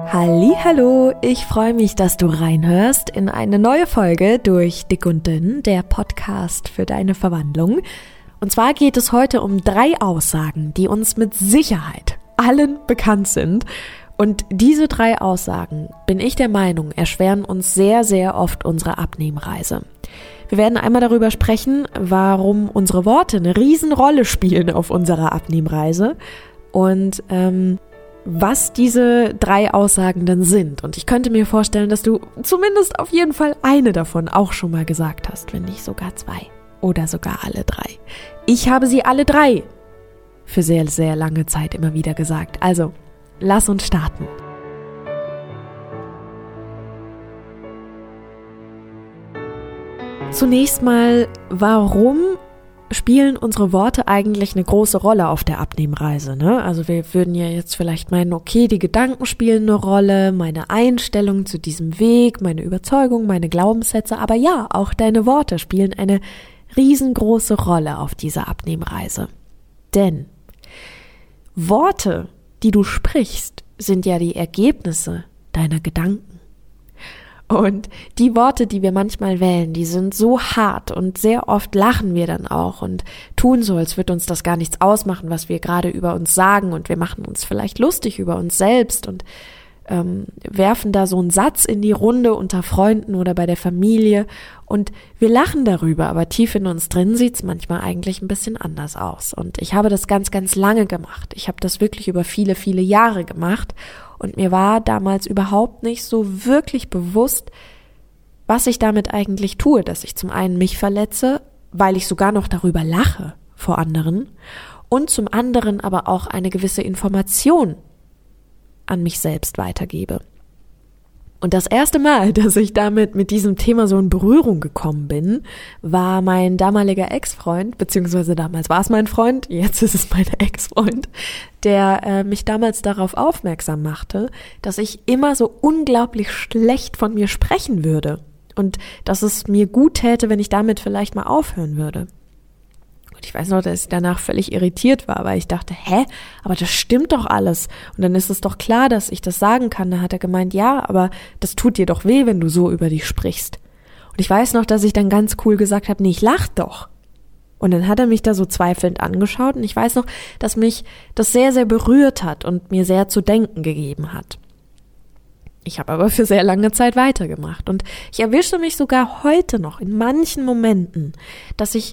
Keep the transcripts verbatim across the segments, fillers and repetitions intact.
Hallihallo, ich freue mich, dass du reinhörst in eine neue Folge durch Dick und Dünn, der Podcast für deine Verwandlung. Und zwar geht es heute um drei Aussagen, die uns mit Sicherheit allen bekannt sind. Und diese drei Aussagen, bin ich der Meinung, erschweren uns sehr, sehr oft unsere Abnehmreise. Wir werden einmal darüber sprechen, warum unsere Worte eine Riesenrolle spielen auf unserer Abnehmreise und ähm, was diese drei Aussagen dann sind. Und ich könnte mir vorstellen, dass du zumindest auf jeden Fall eine davon auch schon mal gesagt hast, wenn nicht sogar zwei oder sogar alle drei. Ich habe sie alle drei für sehr, sehr lange Zeit immer wieder gesagt. Also, lass uns starten. Zunächst mal, warum spielen unsere Worte eigentlich eine große Rolle auf der Abnehmreise, ne? Also wir würden ja jetzt vielleicht meinen, okay, die Gedanken spielen eine Rolle, meine Einstellung zu diesem Weg, meine Überzeugung, meine Glaubenssätze, aber ja, auch deine Worte spielen eine riesengroße Rolle auf dieser Abnehmreise. Denn Worte, die du sprichst, sind ja die Ergebnisse deiner Gedanken. Und die Worte, die wir manchmal wählen, die sind so hart und sehr oft lachen wir dann auch und tun so, als würde uns das gar nichts ausmachen, was wir gerade über uns sagen, und wir machen uns vielleicht lustig über uns selbst und ähm, werfen da so einen Satz in die Runde unter Freunden oder bei der Familie und wir lachen darüber, aber tief in uns drin sieht's manchmal eigentlich ein bisschen anders aus. Und ich habe das ganz, ganz lange gemacht. Ich habe das wirklich über viele, viele Jahre gemacht. Und mir war damals überhaupt nicht so wirklich bewusst, was ich damit eigentlich tue, dass ich zum einen mich verletze, weil ich sogar noch darüber lache vor anderen, und zum anderen aber auch eine gewisse Information an mich selbst weitergebe. Und das erste Mal, dass ich damit mit diesem Thema so in Berührung gekommen bin, war mein damaliger Ex-Freund, beziehungsweise damals war es mein Freund, jetzt ist es mein Ex-Freund, der äh, mich damals darauf aufmerksam machte, dass ich immer so unglaublich schlecht von mir sprechen würde und dass es mir gut täte, wenn ich damit vielleicht mal aufhören würde. Und ich weiß noch, dass ich danach völlig irritiert war, weil ich dachte, hä, aber das stimmt doch alles. Und dann ist es doch klar, dass ich das sagen kann. Da hat er gemeint, ja, aber das tut dir doch weh, wenn du so über dich sprichst. Und ich weiß noch, dass ich dann ganz cool gesagt habe, nee, ich lach doch. Und dann hat er mich da so zweifelnd angeschaut und ich weiß noch, dass mich das sehr, sehr berührt hat und mir sehr zu denken gegeben hat. Ich habe aber für sehr lange Zeit weitergemacht und ich erwische mich sogar heute noch in manchen Momenten, dass ich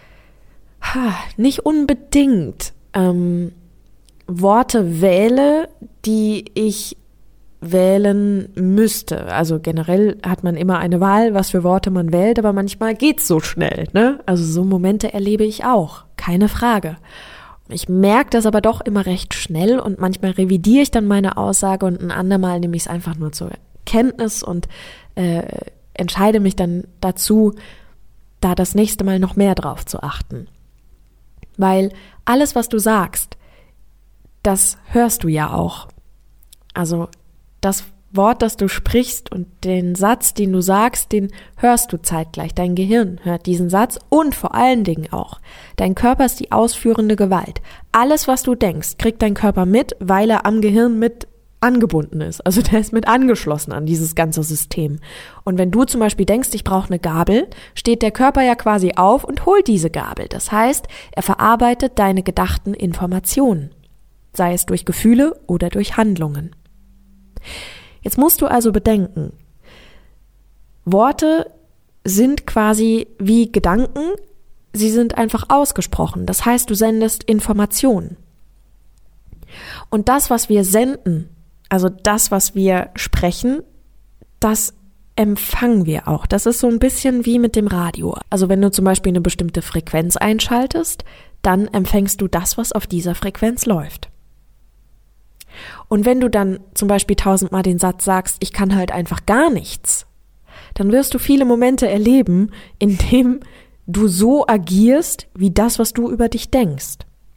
nicht unbedingt ähm, Worte wähle, die ich wählen müsste. Also generell hat man immer eine Wahl, was für Worte man wählt, aber manchmal geht's so schnell, ne? Also so Momente erlebe ich auch, keine Frage. Ich merke das aber doch immer recht schnell und manchmal revidiere ich dann meine Aussage und ein andermal nehme ich es einfach nur zur Kenntnis und äh, entscheide mich dann dazu, da das nächste Mal noch mehr drauf zu achten. Weil alles, was du sagst, das hörst du ja auch. Also das Wort, das du sprichst und den Satz, den du sagst, den hörst du zeitgleich. Dein Gehirn hört diesen Satz und vor allen Dingen auch. Dein Körper ist die ausführende Gewalt. Alles, was du denkst, kriegt dein Körper mit, weil er am Gehirn mit angebunden ist. Also der ist mit angeschlossen an dieses ganze System. Und wenn du zum Beispiel denkst, ich brauche eine Gabel, steht der Körper ja quasi auf und holt diese Gabel. Das heißt, er verarbeitet deine gedachten Informationen, sei es durch Gefühle oder durch Handlungen. Jetzt musst du also bedenken, Worte sind quasi wie Gedanken, sie sind einfach ausgesprochen. Das heißt, du sendest Informationen. Und das, was wir senden, also das, was wir sprechen, das empfangen wir auch. Das ist so ein bisschen wie mit dem Radio. Also wenn du zum Beispiel eine bestimmte Frequenz einschaltest, dann empfängst du das, was auf dieser Frequenz läuft. Und wenn du dann zum Beispiel tausendmal den Satz sagst, ich kann halt einfach gar nichts, dann wirst du viele Momente erleben, in dem du so agierst, wie das, was du über dich denkst.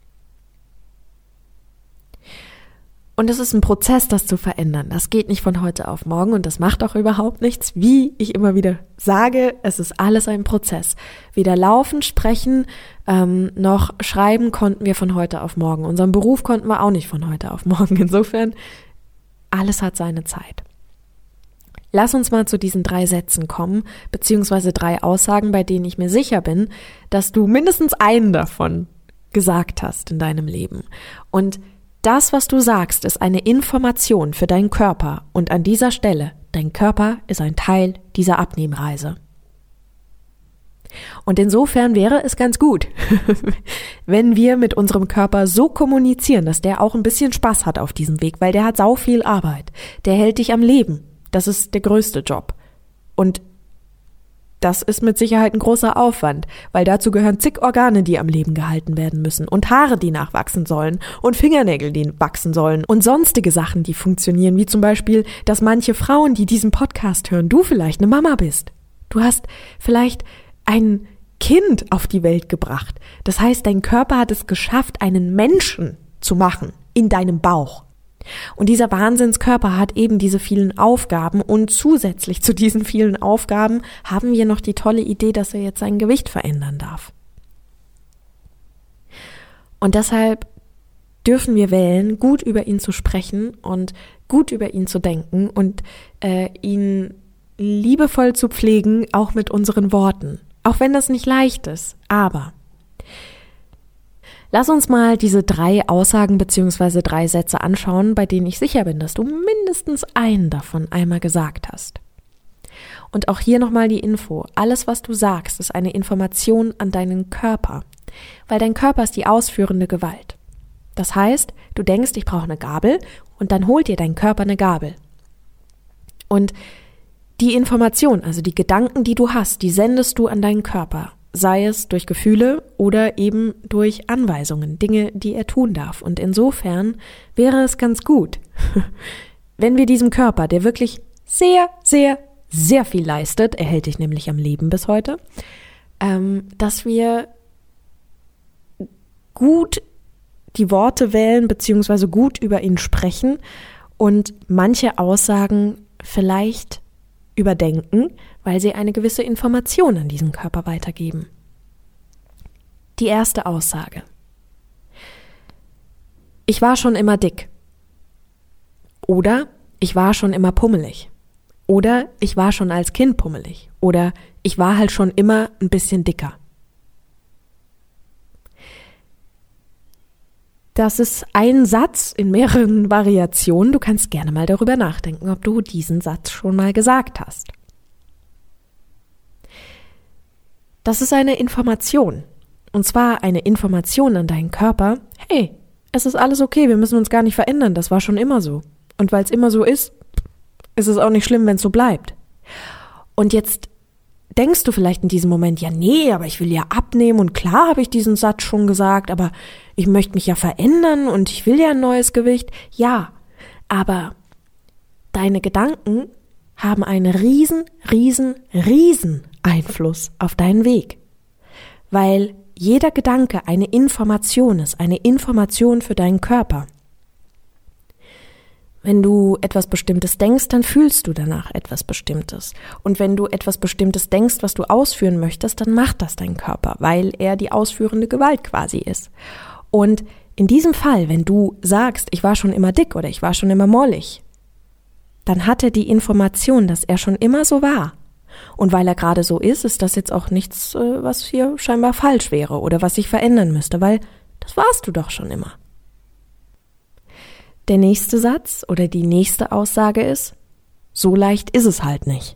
Und es ist ein Prozess, das zu verändern. Das geht nicht von heute auf morgen und das macht auch überhaupt nichts. Wie ich immer wieder sage, es ist alles ein Prozess. Weder laufen, sprechen, ähm, noch schreiben konnten wir von heute auf morgen. Unseren Beruf konnten wir auch nicht von heute auf morgen. Insofern alles hat seine Zeit. Lass uns mal zu diesen drei Sätzen kommen, beziehungsweise drei Aussagen, bei denen ich mir sicher bin, dass du mindestens einen davon gesagt hast in deinem Leben. Und das, was du sagst, ist eine Information für deinen Körper. Und an dieser Stelle, dein Körper ist ein Teil dieser Abnehmreise. Und insofern wäre es ganz gut, wenn wir mit unserem Körper so kommunizieren, dass der auch ein bisschen Spaß hat auf diesem Weg, weil der hat sau viel Arbeit. Der hält dich am Leben. Das ist der größte Job. Und das ist mit Sicherheit ein großer Aufwand, weil dazu gehören zig Organe, die am Leben gehalten werden müssen und Haare, die nachwachsen sollen und Fingernägel, die wachsen sollen und sonstige Sachen, die funktionieren, wie zum Beispiel, dass manche Frauen, die diesen Podcast hören, du vielleicht eine Mama bist. Du hast vielleicht ein Kind auf die Welt gebracht. Das heißt, dein Körper hat es geschafft, einen Menschen zu machen in deinem Bauch. Und dieser Wahnsinnskörper hat eben diese vielen Aufgaben und zusätzlich zu diesen vielen Aufgaben haben wir noch die tolle Idee, dass er jetzt sein Gewicht verändern darf. Und deshalb dürfen wir wählen, gut über ihn zu sprechen und gut über ihn zu denken und äh, ihn liebevoll zu pflegen, auch mit unseren Worten. Auch wenn das nicht leicht ist, aber lass uns mal diese drei Aussagen bzw. drei Sätze anschauen, bei denen ich sicher bin, dass du mindestens einen davon einmal gesagt hast. Und auch hier nochmal die Info. Alles, was du sagst, ist eine Information an deinen Körper, weil dein Körper ist die ausführende Gewalt. Das heißt, du denkst, ich brauche eine Gabel und dann holt dir dein Körper eine Gabel. Und die Information, also die Gedanken, die du hast, die sendest du an deinen Körper. Sei es durch Gefühle oder eben durch Anweisungen, Dinge, die er tun darf. Und insofern wäre es ganz gut, wenn wir diesem Körper, der wirklich sehr, sehr, sehr viel leistet, er hält dich nämlich am Leben bis heute, ähm, dass wir gut die Worte wählen beziehungsweise gut über ihn sprechen und manche Aussagen vielleicht überdenken, weil sie eine gewisse Information an diesen Körper weitergeben. Die erste Aussage. Ich war schon immer dick. Oder ich war schon immer pummelig. Oder ich war schon als Kind pummelig. Oder ich war halt schon immer ein bisschen dicker. Das ist ein Satz in mehreren Variationen. Du kannst gerne mal darüber nachdenken, ob du diesen Satz schon mal gesagt hast. Das ist eine Information. Und zwar eine Information an deinen Körper. Hey, es ist alles okay, wir müssen uns gar nicht verändern, das war schon immer so. Und weil es immer so ist, ist es auch nicht schlimm, wenn es so bleibt. Und jetzt denkst du vielleicht in diesem Moment, ja nee, aber ich will ja abnehmen und klar habe ich diesen Satz schon gesagt, aber ich möchte mich ja verändern und ich will ja ein neues Gewicht. Ja, aber deine Gedanken haben einen riesen, riesen, riesen Einfluss auf deinen Weg, weil jeder Gedanke eine Information ist, eine Information für deinen Körper. Wenn du etwas Bestimmtes denkst, dann fühlst du danach etwas Bestimmtes. Und wenn du etwas Bestimmtes denkst, was du ausführen möchtest, dann macht das dein Körper, weil er die ausführende Gewalt quasi ist. Und in diesem Fall, wenn du sagst, ich war schon immer dick oder ich war schon immer mollig, dann hat er die Information, dass er schon immer so war. Und weil er gerade so ist, ist das jetzt auch nichts, was hier scheinbar falsch wäre oder was sich verändern müsste, weil das warst du doch schon immer. Der nächste Satz oder die nächste Aussage ist, so leicht ist es halt nicht.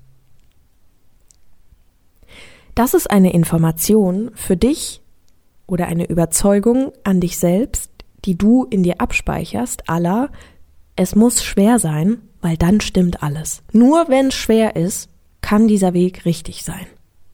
Das ist eine Information für dich oder eine Überzeugung an dich selbst, die du in dir abspeicherst, à la, es muss schwer sein, weil dann stimmt alles. Nur wenn es schwer ist, kann dieser Weg richtig sein.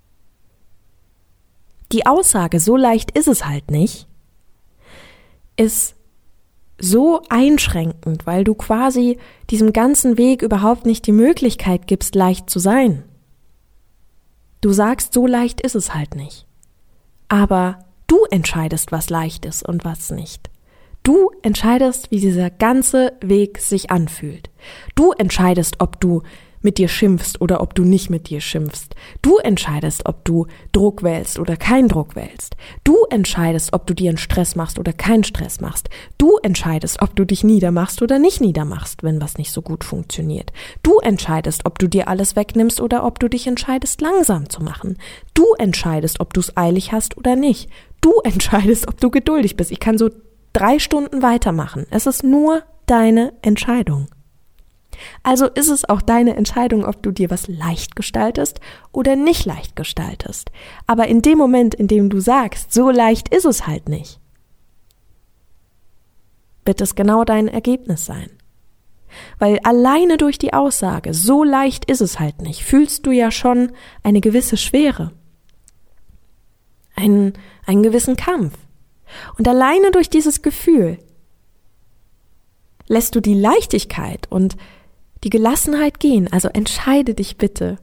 Die Aussage, so leicht ist es halt nicht, ist so einschränkend, weil du quasi diesem ganzen Weg überhaupt nicht die Möglichkeit gibst, leicht zu sein. Du sagst, so leicht ist es halt nicht. Aber du entscheidest, was leicht ist und was nicht. Du entscheidest, wie dieser ganze Weg sich anfühlt. Du entscheidest, ob du mit dir schimpfst oder ob du nicht mit dir schimpfst. Du entscheidest, ob du Druck wählst oder keinen Druck wählst. Du entscheidest, ob du dir einen Stress machst oder keinen Stress machst. Du entscheidest, ob du dich niedermachst oder nicht niedermachst, wenn was nicht so gut funktioniert. Du entscheidest, ob du dir alles wegnimmst oder ob du dich entscheidest, langsam zu machen. Du entscheidest, ob du es eilig hast oder nicht. Du entscheidest, ob du geduldig bist. Ich kann so drei Stunden weitermachen. Es ist nur deine Entscheidung. Also ist es auch deine Entscheidung, ob du dir was leicht gestaltest oder nicht leicht gestaltest. Aber in dem Moment, in dem du sagst, so leicht ist es halt nicht, wird es genau dein Ergebnis sein. Weil alleine durch die Aussage, so leicht ist es halt nicht, fühlst du ja schon eine gewisse Schwere, einen, einen gewissen Kampf. Und alleine durch dieses Gefühl lässt du die Leichtigkeit und die Gelassenheit gehen. Also entscheide dich bitte,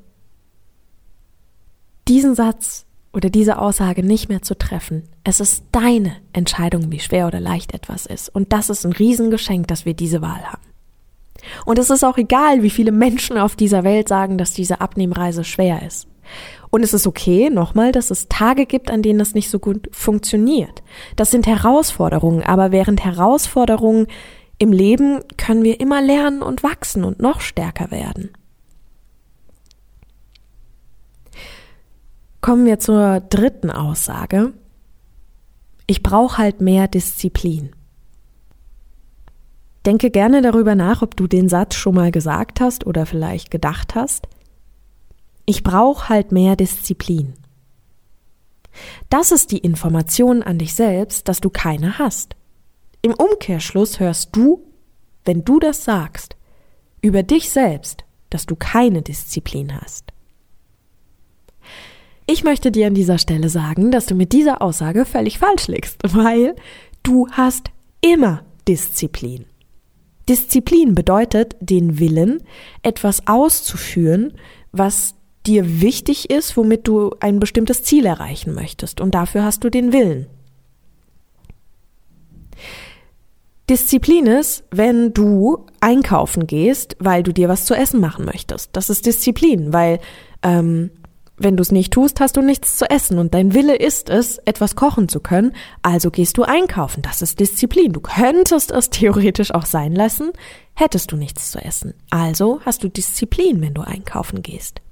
diesen Satz oder diese Aussage nicht mehr zu treffen. Es ist deine Entscheidung, wie schwer oder leicht etwas ist. Und das ist ein Riesengeschenk, dass wir diese Wahl haben. Und es ist auch egal, wie viele Menschen auf dieser Welt sagen, dass diese Abnehmreise schwer ist. Und es ist okay, nochmal, dass es Tage gibt, an denen das nicht so gut funktioniert. Das sind Herausforderungen, aber während Herausforderungen im Leben können wir immer lernen und wachsen und noch stärker werden. Kommen wir zur dritten Aussage. Ich brauche halt mehr Disziplin. Denke gerne darüber nach, ob du den Satz schon mal gesagt hast oder vielleicht gedacht hast. Ich brauche halt mehr Disziplin. Das ist die Information an dich selbst, dass du keine hast. Im Umkehrschluss hörst du, wenn du das sagst, über dich selbst, dass du keine Disziplin hast. Ich möchte dir an dieser Stelle sagen, dass du mit dieser Aussage völlig falsch liegst, weil du hast immer Disziplin. Disziplin bedeutet den Willen, etwas auszuführen, was dir wichtig ist, womit du ein bestimmtes Ziel erreichen möchtest. Und dafür hast du den Willen. Disziplin ist, wenn du einkaufen gehst, weil du dir was zu essen machen möchtest. Das ist Disziplin, weil ähm, wenn du es nicht tust, hast du nichts zu essen und dein Wille ist es, etwas kochen zu können, also gehst du einkaufen. Das ist Disziplin. Du könntest es theoretisch auch sein lassen, hättest du nichts zu essen. Also hast du Disziplin, wenn du einkaufen gehst.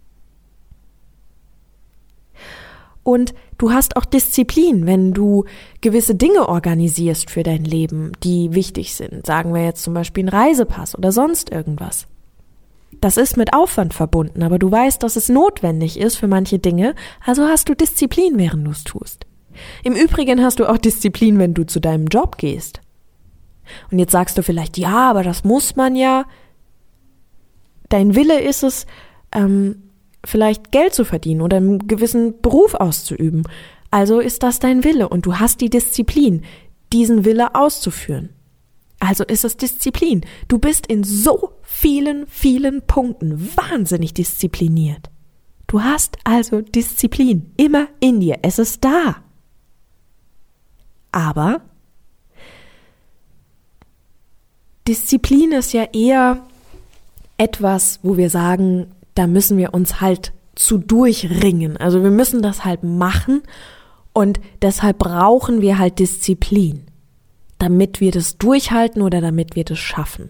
Und du hast auch Disziplin, wenn du gewisse Dinge organisierst für dein Leben, die wichtig sind. Sagen wir jetzt zum Beispiel einen Reisepass oder sonst irgendwas. Das ist mit Aufwand verbunden, aber du weißt, dass es notwendig ist für manche Dinge, also hast du Disziplin, während du es tust. Im Übrigen hast du auch Disziplin, wenn du zu deinem Job gehst. Und jetzt sagst du vielleicht, ja, aber das muss man ja. Dein Wille ist es, ähm, vielleicht Geld zu verdienen oder einen gewissen Beruf auszuüben. Also ist das dein Wille und du hast die Disziplin, diesen Wille auszuführen. Also ist es Disziplin. Du bist in so vielen, vielen Punkten wahnsinnig diszipliniert. Du hast also Disziplin immer in dir. Es ist da. Aber Disziplin ist ja eher etwas, wo wir sagen, da müssen wir uns halt zu durchringen. Also wir müssen das halt machen und deshalb brauchen wir halt Disziplin, damit wir das durchhalten oder damit wir das schaffen.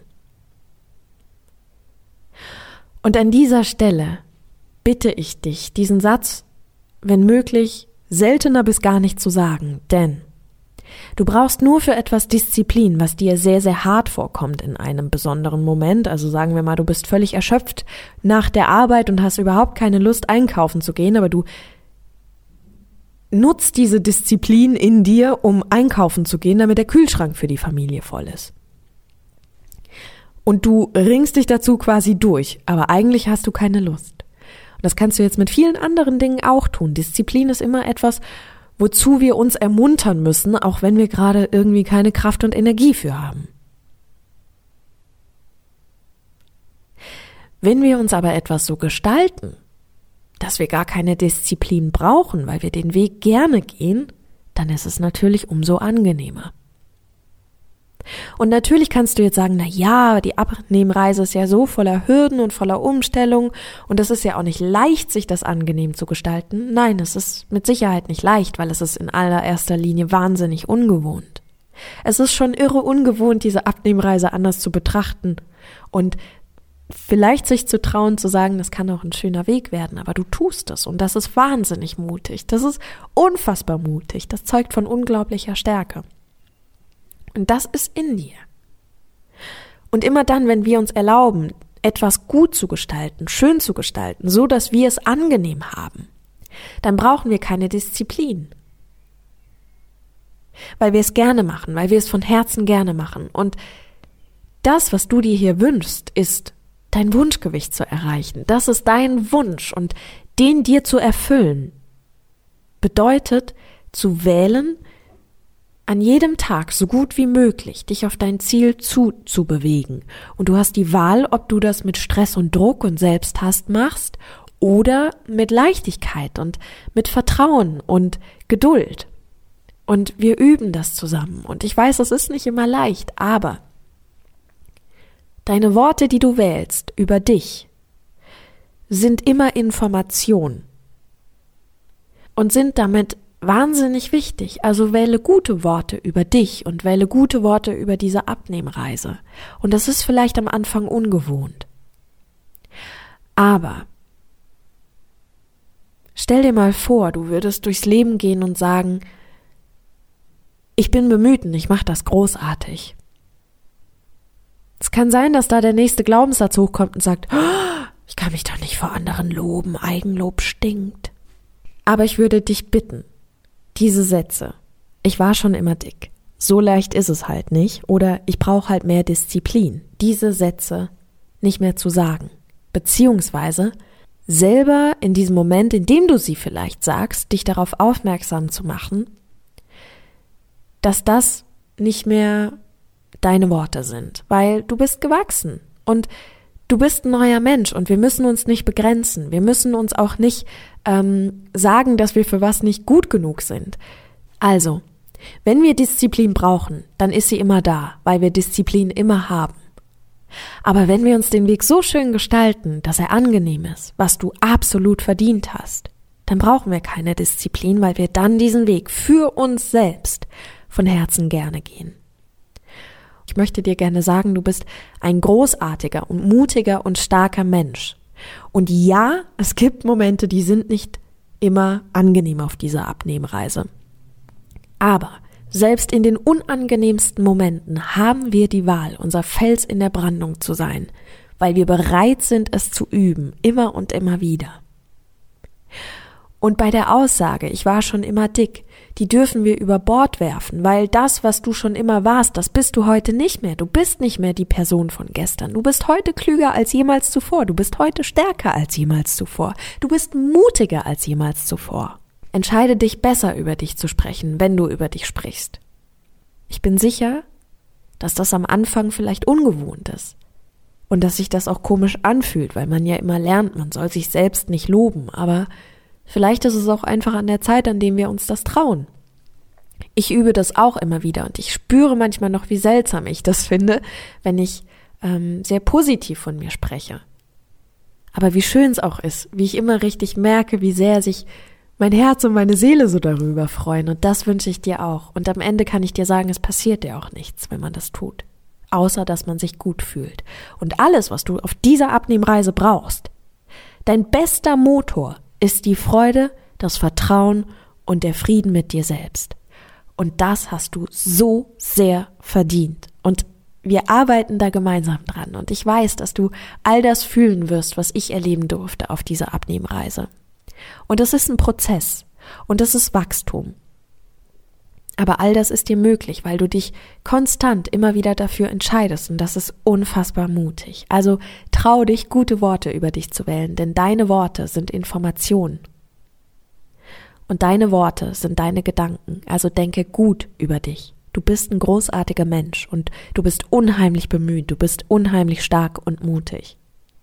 Und an dieser Stelle bitte ich dich, diesen Satz, wenn möglich, seltener bis gar nicht zu sagen, denn du brauchst nur für etwas Disziplin, was dir sehr, sehr hart vorkommt in einem besonderen Moment. Also sagen wir mal, du bist völlig erschöpft nach der Arbeit und hast überhaupt keine Lust, einkaufen zu gehen, aber du nutzt diese Disziplin in dir, um einkaufen zu gehen, damit der Kühlschrank für die Familie voll ist. Und du ringst dich dazu quasi durch, aber eigentlich hast du keine Lust. Und das kannst du jetzt mit vielen anderen Dingen auch tun. Disziplin ist immer etwas, wozu wir uns ermuntern müssen, auch wenn wir gerade irgendwie keine Kraft und Energie für haben. Wenn wir uns aber etwas so gestalten, dass wir gar keine Disziplin brauchen, weil wir den Weg gerne gehen, dann ist es natürlich umso angenehmer. Und natürlich kannst du jetzt sagen, na ja, die Abnehmreise ist ja so voller Hürden und voller Umstellung und es ist ja auch nicht leicht, sich das angenehm zu gestalten. Nein, es ist mit Sicherheit nicht leicht, weil es ist in allererster Linie wahnsinnig ungewohnt. Es ist schon irre ungewohnt, diese Abnehmreise anders zu betrachten und vielleicht sich zu trauen, zu sagen, das kann auch ein schöner Weg werden, aber du tust es und das ist wahnsinnig mutig. Das ist unfassbar mutig. Das zeugt von unglaublicher Stärke. Und das ist in dir. Und immer dann, wenn wir uns erlauben, etwas gut zu gestalten, schön zu gestalten, so dass wir es angenehm haben, dann brauchen wir keine Disziplin. Weil wir es gerne machen, weil wir es von Herzen gerne machen. Und das, was du dir hier wünschst, ist, dein Wunschgewicht zu erreichen. Das ist dein Wunsch und den dir zu erfüllen, bedeutet zu wählen, an jedem Tag so gut wie möglich dich auf dein Ziel zuzubewegen. Und du hast die Wahl, ob du das mit Stress und Druck und Selbsthass machst oder mit Leichtigkeit und mit Vertrauen und Geduld. Und wir üben das zusammen. Und ich weiß, es ist nicht immer leicht, aber deine Worte, die du wählst über dich, sind immer Information und sind damit wahnsinnig wichtig. Also wähle gute Worte über dich und wähle gute Worte über diese Abnehmreise. Und das ist vielleicht am Anfang ungewohnt. Aber stell dir mal vor, du würdest durchs Leben gehen und sagen, ich bin bemüht und ich mache das großartig. Es kann sein, dass da der nächste Glaubenssatz hochkommt und sagt, oh, ich kann mich doch nicht vor anderen loben, Eigenlob stinkt. Aber ich würde dich bitten, diese Sätze, ich war schon immer dick, so leicht ist es halt nicht, oder ich brauche halt mehr Disziplin, diese Sätze nicht mehr zu sagen, beziehungsweise selber in diesem Moment, in dem du sie vielleicht sagst, dich darauf aufmerksam zu machen, dass das nicht mehr deine Worte sind, weil du bist gewachsen und du bist ein neuer Mensch und wir müssen uns nicht begrenzen. Wir müssen uns auch nicht ähm, sagen, dass wir für was nicht gut genug sind. Also, wenn wir Disziplin brauchen, dann ist sie immer da, weil wir Disziplin immer haben. Aber wenn wir uns den Weg so schön gestalten, dass er angenehm ist, was du absolut verdient hast, dann brauchen wir keine Disziplin, weil wir dann diesen Weg für uns selbst von Herzen gerne gehen. Ich möchte dir gerne sagen, du bist ein großartiger und mutiger und starker Mensch. Und ja, es gibt Momente, die sind nicht immer angenehm auf dieser Abnehmreise. Aber selbst in den unangenehmsten Momenten haben wir die Wahl, unser Fels in der Brandung zu sein, weil wir bereit sind, es zu üben, immer und immer wieder. Und bei der Aussage, ich war schon immer dick, die dürfen wir über Bord werfen, weil das, was du schon immer warst, das bist du heute nicht mehr. Du bist nicht mehr die Person von gestern. Du bist heute klüger als jemals zuvor. Du bist heute stärker als jemals zuvor. Du bist mutiger als jemals zuvor. Entscheide dich besser, über dich zu sprechen, wenn du über dich sprichst. Ich bin sicher, dass das am Anfang vielleicht ungewohnt ist und dass sich das auch komisch anfühlt, weil man ja immer lernt, man soll sich selbst nicht loben, aber vielleicht ist es auch einfach an der Zeit, an dem wir uns das trauen. Ich übe das auch immer wieder und ich spüre manchmal noch, wie seltsam ich das finde, wenn ich ähm, sehr positiv von mir spreche. Aber wie schön es auch ist, wie ich immer richtig merke, wie sehr sich mein Herz und meine Seele so darüber freuen. Und das wünsche ich dir auch. Und am Ende kann ich dir sagen, es passiert dir auch nichts, wenn man das tut. Außer, dass man sich gut fühlt. Und alles, was du auf dieser Abnehmreise brauchst, dein bester Motor ist die Freude, das Vertrauen und der Frieden mit dir selbst. Und das hast du so sehr verdient. Und wir arbeiten da gemeinsam dran. Und ich weiß, dass du all das fühlen wirst, was ich erleben durfte auf dieser Abnehmreise. Und das ist ein Prozess. Und das ist Wachstum. Aber all das ist dir möglich, weil du dich konstant immer wieder dafür entscheidest. Und das ist unfassbar mutig. Also trau dich, gute Worte über dich zu wählen, denn deine Worte sind Informationen. Und deine Worte sind deine Gedanken. Also denke gut über dich. Du bist ein großartiger Mensch und du bist unheimlich bemüht. Du bist unheimlich stark und mutig.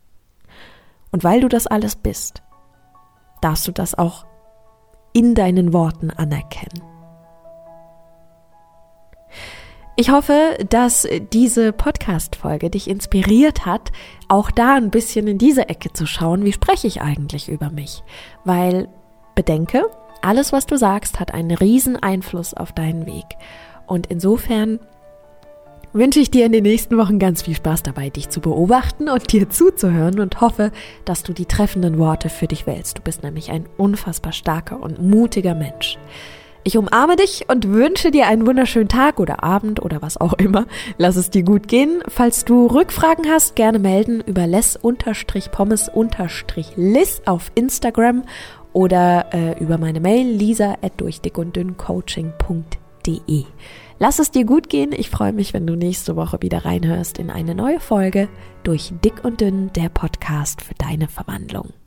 Und weil du das alles bist, darfst du das auch in deinen Worten anerkennen. Ich hoffe, dass diese Podcast-Folge dich inspiriert hat, auch da ein bisschen in diese Ecke zu schauen, wie spreche ich eigentlich über mich? Weil, bedenke, alles, was du sagst, hat einen riesen Einfluss auf deinen Weg. Und insofern wünsche ich dir in den nächsten Wochen ganz viel Spaß dabei, dich zu beobachten und dir zuzuhören und hoffe, dass du die treffenden Worte für dich wählst. Du bist nämlich ein unfassbar starker und mutiger Mensch. Ich umarme dich und wünsche dir einen wunderschönen Tag oder Abend oder was auch immer. Lass es dir gut gehen. Falls du Rückfragen hast, gerne melden über les-pommes-liss auf Instagram oder äh, über meine Mail lisa at durchdickunddynncoaching punkt de. Lass es dir gut gehen. Ich freue mich, wenn du nächste Woche wieder reinhörst in eine neue Folge durch Dick und Dünn, der Podcast für deine Verwandlung.